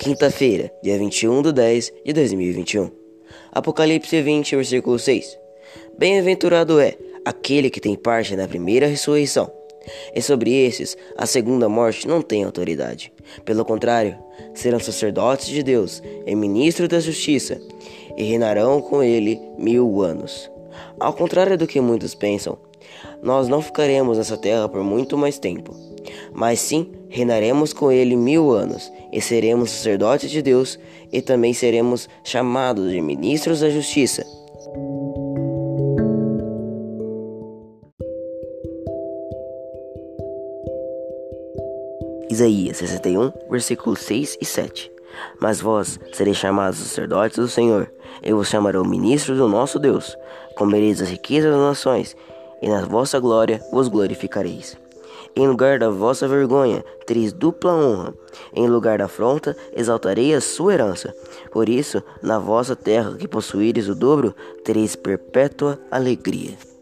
Quinta-feira, dia 21/10/2021. Apocalipse 20, versículo 6. Bem-aventurado é aquele que tem parte na primeira ressurreição. E sobre esses, a segunda morte não tem autoridade. Pelo contrário, serão sacerdotes de Deus e ministros da justiça, e reinarão com ele 1000 anos. Ao contrário do que muitos pensam, nós não ficaremos nessa terra por muito mais tempo, mas sim reinaremos com ele 1000 anos, e seremos sacerdotes de Deus, e também seremos chamados de ministros da justiça. Isaías 61, versículos 6 e 7. Mas vós sereis chamados sacerdotes do Senhor, e vos chamarão ministros do nosso Deus. Comereis as riquezas das nações, e na vossa glória vos glorificareis. Em lugar da vossa vergonha tereis dupla honra, em lugar da afronta exaltarei a sua herança. Por isso, na vossa terra que possuíreis o dobro, tereis perpétua alegria.